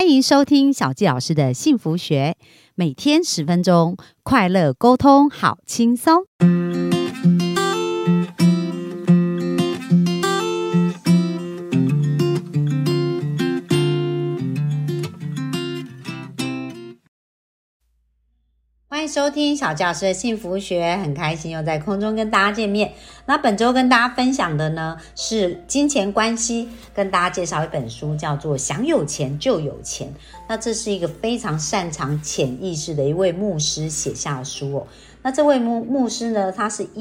欢迎收听小纪老师的幸福学，每天10分钟，快乐沟通，好轻松。欢迎收听小纪老师的幸福学，很开心又在空中跟大家见面。那本周跟大家分享的呢是金钱关系，跟大家介绍一本书，叫做《想有钱就有钱》。那这是一个非常擅长潜意识的一位牧师写下的书哦。那这位牧师呢，他是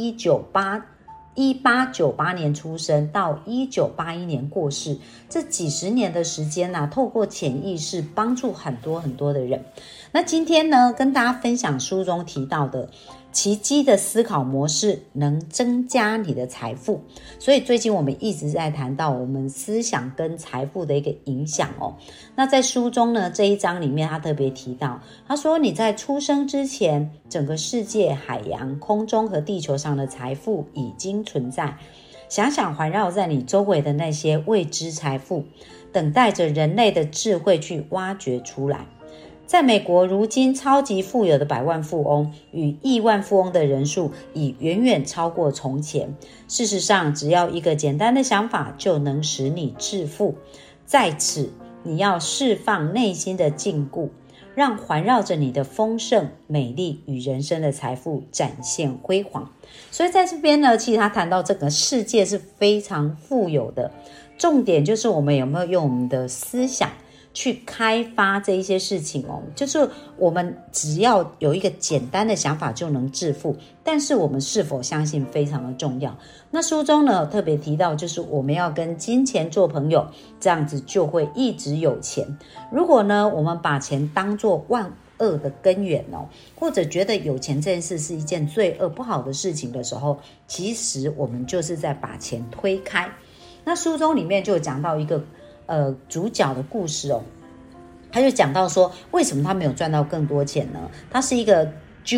1898年出生，到1981年过世，这几十年的时间啊，透过潜意识帮助很多的人。那今天呢，跟大家分享书中提到的奇迹的思考模式能增加你的财富。所以最近我们一直在谈到我们思想跟财富的一个影响哦。那在书中呢，这一章里面他特别提到，他说你在出生之前，整个世界、海洋、空中和地球上的财富已经存在。想想环绕在你周围的那些未知财富，等待着人类的智慧去挖掘出来。在美国，如今超级富有的百万富翁与亿万富翁的人数已远远超过从前。事实上，只要一个简单的想法就能使你致富。在此，你要释放内心的禁锢，让环绕着你的丰盛、美丽与人生的财富展现辉煌。所以在这边呢，其实他谈到这个世界是非常富有的，重点就是我们有没有用我们的思想去开发这一些事情哦，就是我们只要有一个简单的想法就能致富，但是我们是否相信非常的重要。那书中呢特别提到，就是我们要跟金钱做朋友，这样子就会一直有钱。如果呢我们把钱当作万恶的根源哦，或者觉得有钱这件事是一件罪恶不好的事情的时候，其实我们就是在把钱推开。那书中里面就有讲到一个主角的故事哦，他就讲到说，为什么他没有赚到更多钱呢？他是一个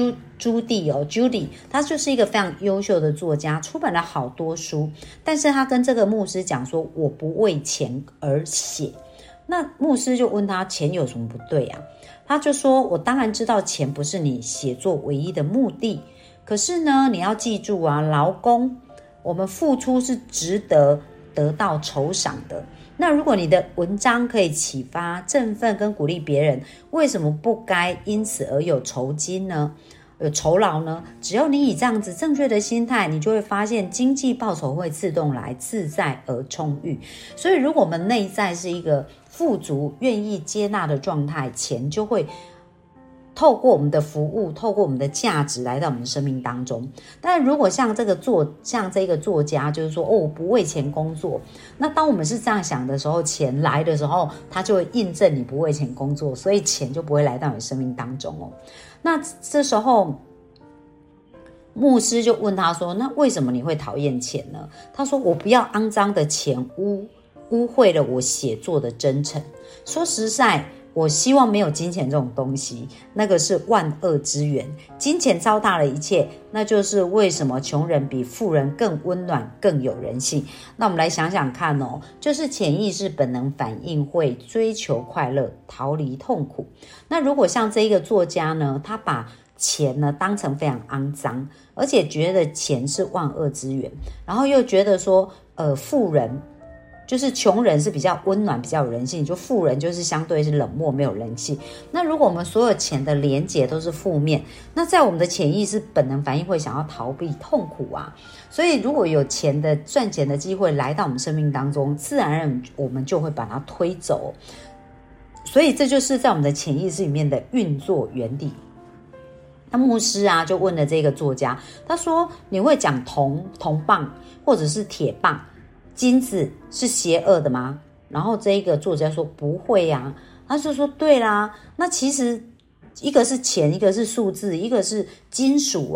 Judy，他就是一个非常优秀的作家，出版了好多书，但是他跟这个牧师讲说，我不为钱而写。那牧师就问他，钱有什么不对啊？他就说，我当然知道钱不是你写作唯一的目的，可是呢，你要记住啊，劳工，我们付出是值得得到酬赏的。那如果你的文章可以启发、振奋跟鼓励别人，为什么不该因此而有酬金呢？有酬劳呢？只要你以这样子正确的心态，你就会发现经济报酬会自动来，自在而充裕。所以如果我们内在是一个富足、愿意接纳的状态，钱就会透过我们的服务，透过我们的价值来到我们的生命当中。但如果像这个作家就是说，我不为钱工作，那当我们是这样想的时候，钱来的时候，它就会印证你不为钱工作，所以钱就不会来到你生命当中哦。那这时候牧师就问他说，那为什么你会讨厌钱呢？他说，我不要肮脏的钱污秽了我写作的真诚。说实在，我希望没有金钱这种东西，那个是万恶之源，金钱糟蹋了一切，那就是为什么穷人比富人更温暖、更有人性。那我们来想想看哦，就是潜意识本能反应会追求快乐，逃离痛苦。那如果像这一个作家呢，他把钱呢当成非常肮脏，而且觉得钱是万恶之源，然后又觉得说富人就是穷人是比较温暖、比较有人性，就富人就是相对是冷漠、没有人性。那如果我们所有钱的连结都是负面，那在我们的潜意识本能反应会想要逃避痛苦啊。所以如果有赚钱的机会来到我们生命当中，自然而然我们就会把它推走。所以这就是在我们的潜意识里面的运作原理。那牧师啊就问了这个作家，他说，你会讲铜棒或者是铁棒，金子是邪恶的吗？然后这个作家说，不会啊。他就说，对啦，那其实一个是钱，一个是数字，一个是金属啊，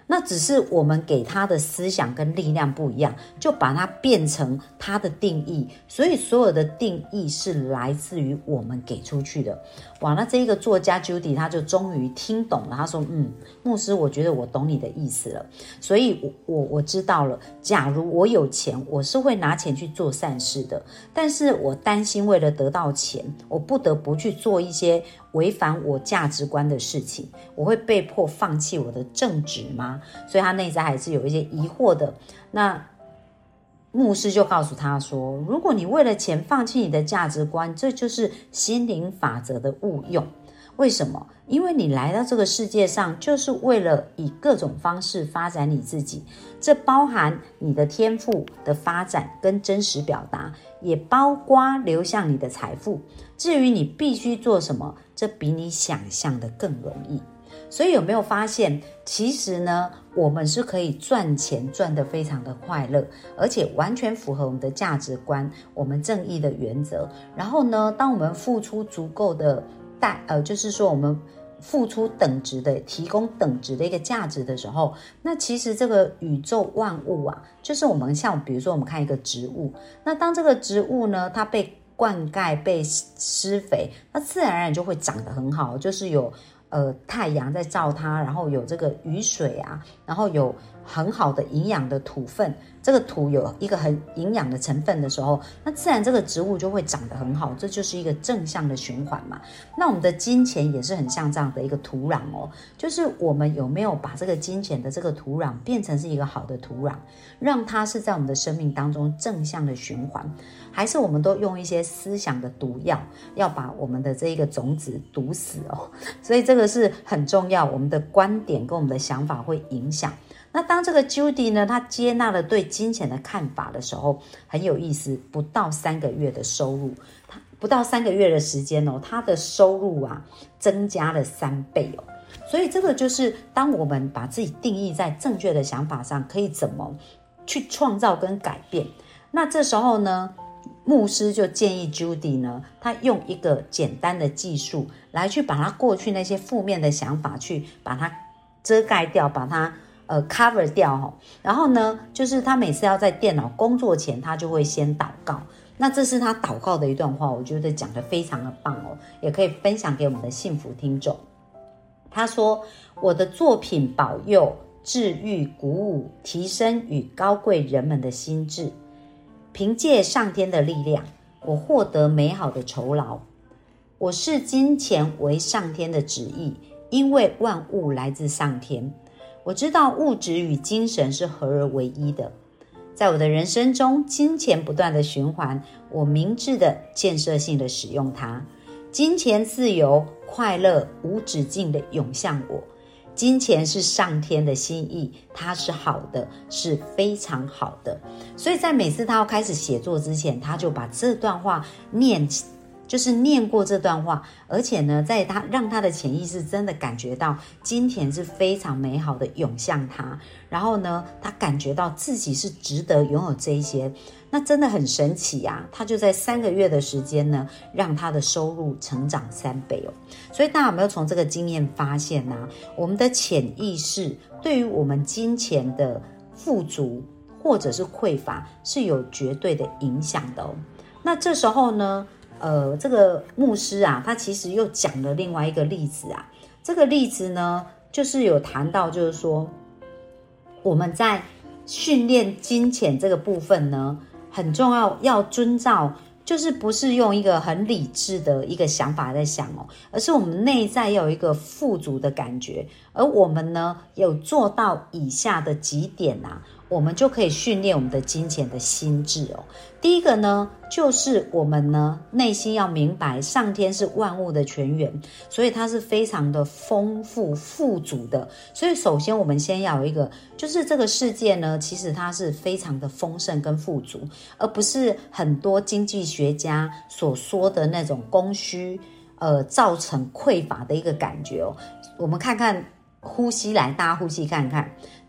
那只是我们给他的思想跟力量不一样，就把它变成他的定义，所以所有的定义是来自于我们给出去的。哇，那这一个作家 Judy 他就终于听懂了，他说牧师，我觉得我懂你的意思了，所以我知道了，假如我有钱，我是会拿钱去做善事的，但是我担心为了得到钱，我不得不去做一些违反我价值观的事情，我会被迫放弃我的正直吗？所以他内在还是有一些疑惑的。那牧师就告诉他说，如果你为了钱放弃你的价值观，这就是心灵法则的误用。为什么？因为你来到这个世界上就是为了以各种方式发展你自己，这包含你的天赋的发展跟真实表达，也包括流向你的财富。至于你必须做什么，这比你想象的更容易。所以有没有发现，其实呢，我们是可以赚钱赚得非常的快乐，而且完全符合我们的价值观，我们正义的原则。然后呢，当我们付出足够的就是说我们付出等值的，提供等值的一个价值的时候，那其实这个宇宙万物啊，就是我们像比如说我们看一个植物，那当这个植物呢，它被灌溉、被施肥，那自然而然就会长得很好，就是有太阳在照它，然后有这个雨水啊，然后有很好的营养的土分，这个土有一个很营养的成分的时候，那自然这个植物就会长得很好，这就是一个正向的循环嘛。那我们的金钱也是很像这样的一个土壤哦，就是我们有没有把这个金钱的这个土壤变成是一个好的土壤，让它是在我们的生命当中正向的循环，还是我们都用一些思想的毒药，要把我们的这一个种子毒死哦？所以这个是很重要，我们的观点跟我们的想法会影响。那当这个 Judy 呢，他接纳了对金钱的看法的时候，很有意思，不到3个月的收入，不到3个月的时间哦，他的收入啊增加了3倍哦。所以这个就是当我们把自己定义在正确的想法上，可以怎么去创造跟改变。那这时候呢，牧师就建议 Judy 呢，他用一个简单的技术来去把他过去那些负面的想法去把它遮盖掉，把它cover 掉哦。然后呢，就是他每次要在电脑工作前，他就会先祷告。那这是他祷告的一段话，我觉得讲得非常的棒哦，也可以分享给我们的幸福听众。他说，我的作品保佑、治愈、鼓舞、提升与高贵人们的心智，凭借上天的力量，我获得美好的酬劳。我视金钱为上天的旨意，因为万物来自上天。我知道物质与精神是合而为一的。在我的人生中，金钱不断的循环，我明智的、建设性的使用它。金钱自由、快乐无止境的涌向我。金钱是上天的心意，它是好的，是非常好的。所以在每次他要开始写作之前，他就把这段话念过这段话，而且呢，在他让他的潜意识真的感觉到金钱是非常美好的涌向他，然后呢，他感觉到自己是值得拥有这一些，那真的很神奇啊！他就在3个月的时间呢，让他的收入成长3倍哦。所以大家有没有从这个经验发现啊？我们的潜意识对于我们金钱的富足或者是匮乏是有绝对的影响的哦。那这时候呢，这个牧师啊，他其实又讲了另外一个例子啊。这个例子呢，就是有谈到，就是说我们在训练金钱这个部分呢，很重要，要遵照，就是不是用一个很理智的一个想法在想哦，而是我们内在要有一个富足的感觉。而我们呢，有做到以下的几点啊，我们就可以训练我们的金钱的心智哦。第一个呢，就是我们呢内心要明白，上天是万物的泉源，所以它是非常的丰富富足的。所以首先我们先要有一个，就是这个世界呢，其实它是非常的丰盛跟富足，而不是很多经济学家所说的那种供需造成匮乏的一个感觉哦。我们看看呼吸来，大家呼吸看看。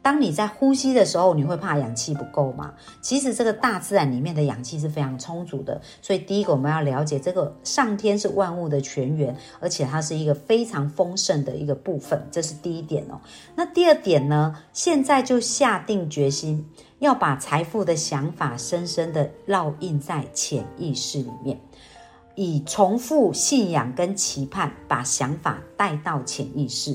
当你在呼吸的时候，你会怕氧气不够吗？其实这个大自然里面的氧气是非常充足的，所以第一个我们要了解这个上天是万物的泉源，而且它是一个非常丰盛的一个部分，这是第一点哦。那第二点呢，现在就下定决心要把财富的想法深深的烙印在潜意识里面，以重复信仰跟期盼把想法带到潜意识，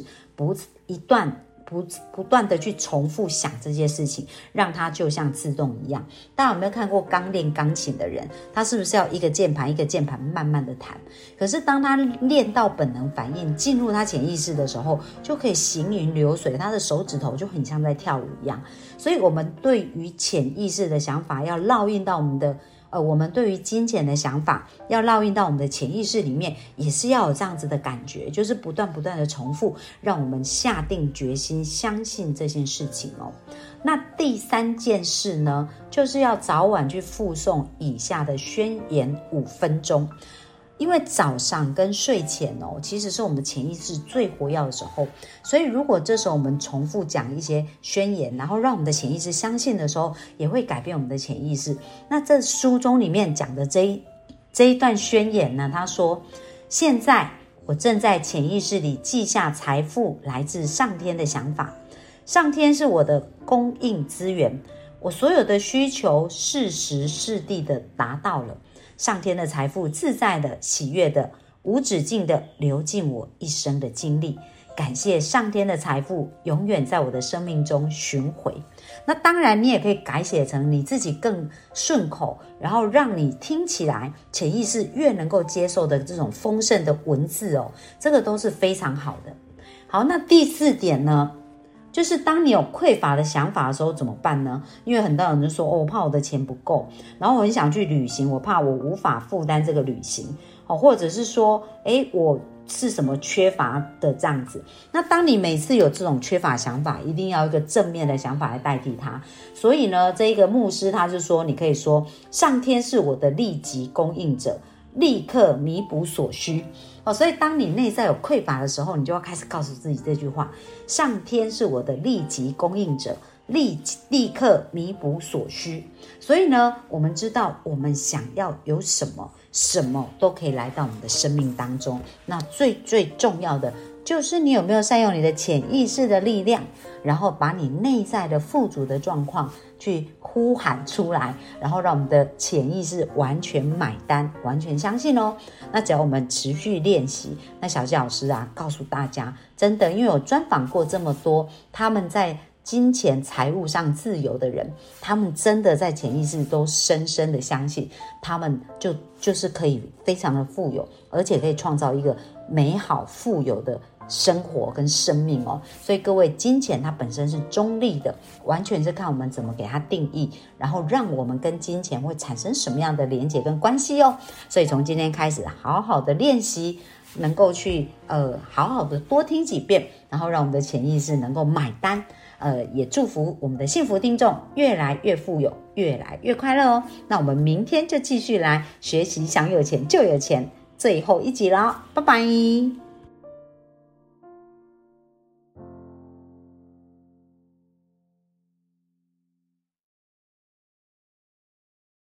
不断的去重复想这些事情，让它就像自动一样。大家有没有看过刚练钢琴的人，他是不是要一个键盘一个键盘慢慢的弹？可是当他练到本能反应进入他潜意识的时候，就可以行云流水，他的手指头就很像在跳舞一样。所以我们对于潜意识的想法要烙印到我们对于金钱的想法要烙印到我们的潜意识里面，也是要有这样子的感觉，就是不断的重复，让我们下定决心相信这件事情哦。那第三件事呢，就是要早晚去复诵以下的宣言5分钟。因为早上跟睡前其实是我们的潜意识最活跃的时候，所以如果这时候我们重复讲一些宣言，然后让我们的潜意识相信的时候，也会改变我们的潜意识。那这书中里面讲的这一段宣言呢，他说：现在我正在潜意识里记下财富来自上天的想法，上天是我的供应资源，我所有的需求适时适地的达到了，上天的财富自在的、喜悦的、无止境的流进我一生的经历，感谢上天的财富永远在我的生命中巡回。那当然你也可以改写成你自己更顺口，然后让你听起来潜意识越能够接受的这种丰盛的文字哦，这个都是非常好的。好，那第4点呢，就是当你有匮乏的想法的时候怎么办呢？因为很多人就说我怕我的钱不够，然后我很想去旅行，我怕我无法负担这个旅行，或者是说我是什么缺乏的这样子。那当你每次有这种缺乏想法，一定要一个正面的想法来代替它。所以呢，这个牧师他就说，你可以说上天是我的立即供应者，立刻弥补所需。所以当你内在有匮乏的时候，你就要开始告诉自己这句话：上天是我的立即供应者，立刻弥补所需。所以呢，我们知道我们想要有什么，什么都可以来到我们的生命当中。那最重要的就是你有没有善用你的潜意识的力量，然后把你内在的富足的状况去呼喊出来，然后让我们的潜意识完全买单，完全相信哦。那只要我们持续练习，那小纪老师告诉大家，真的，因为我专访过这么多他们在金钱财务上自由的人，他们真的在潜意识都深深的相信，他们就是可以非常的富有，而且可以创造一个美好富有的生活跟生命哦。所以各位，金钱它本身是中立的，完全是看我们怎么给它定义，然后让我们跟金钱会产生什么样的连结跟关系哦。所以从今天开始好好的练习，能够去好好的多听几遍，然后让我们的潜意识能够买单。也祝福我们的幸福听众越来越富有，越来越快乐哦。那我们明天就继续来学习，想有钱就有钱最后一集了，拜拜。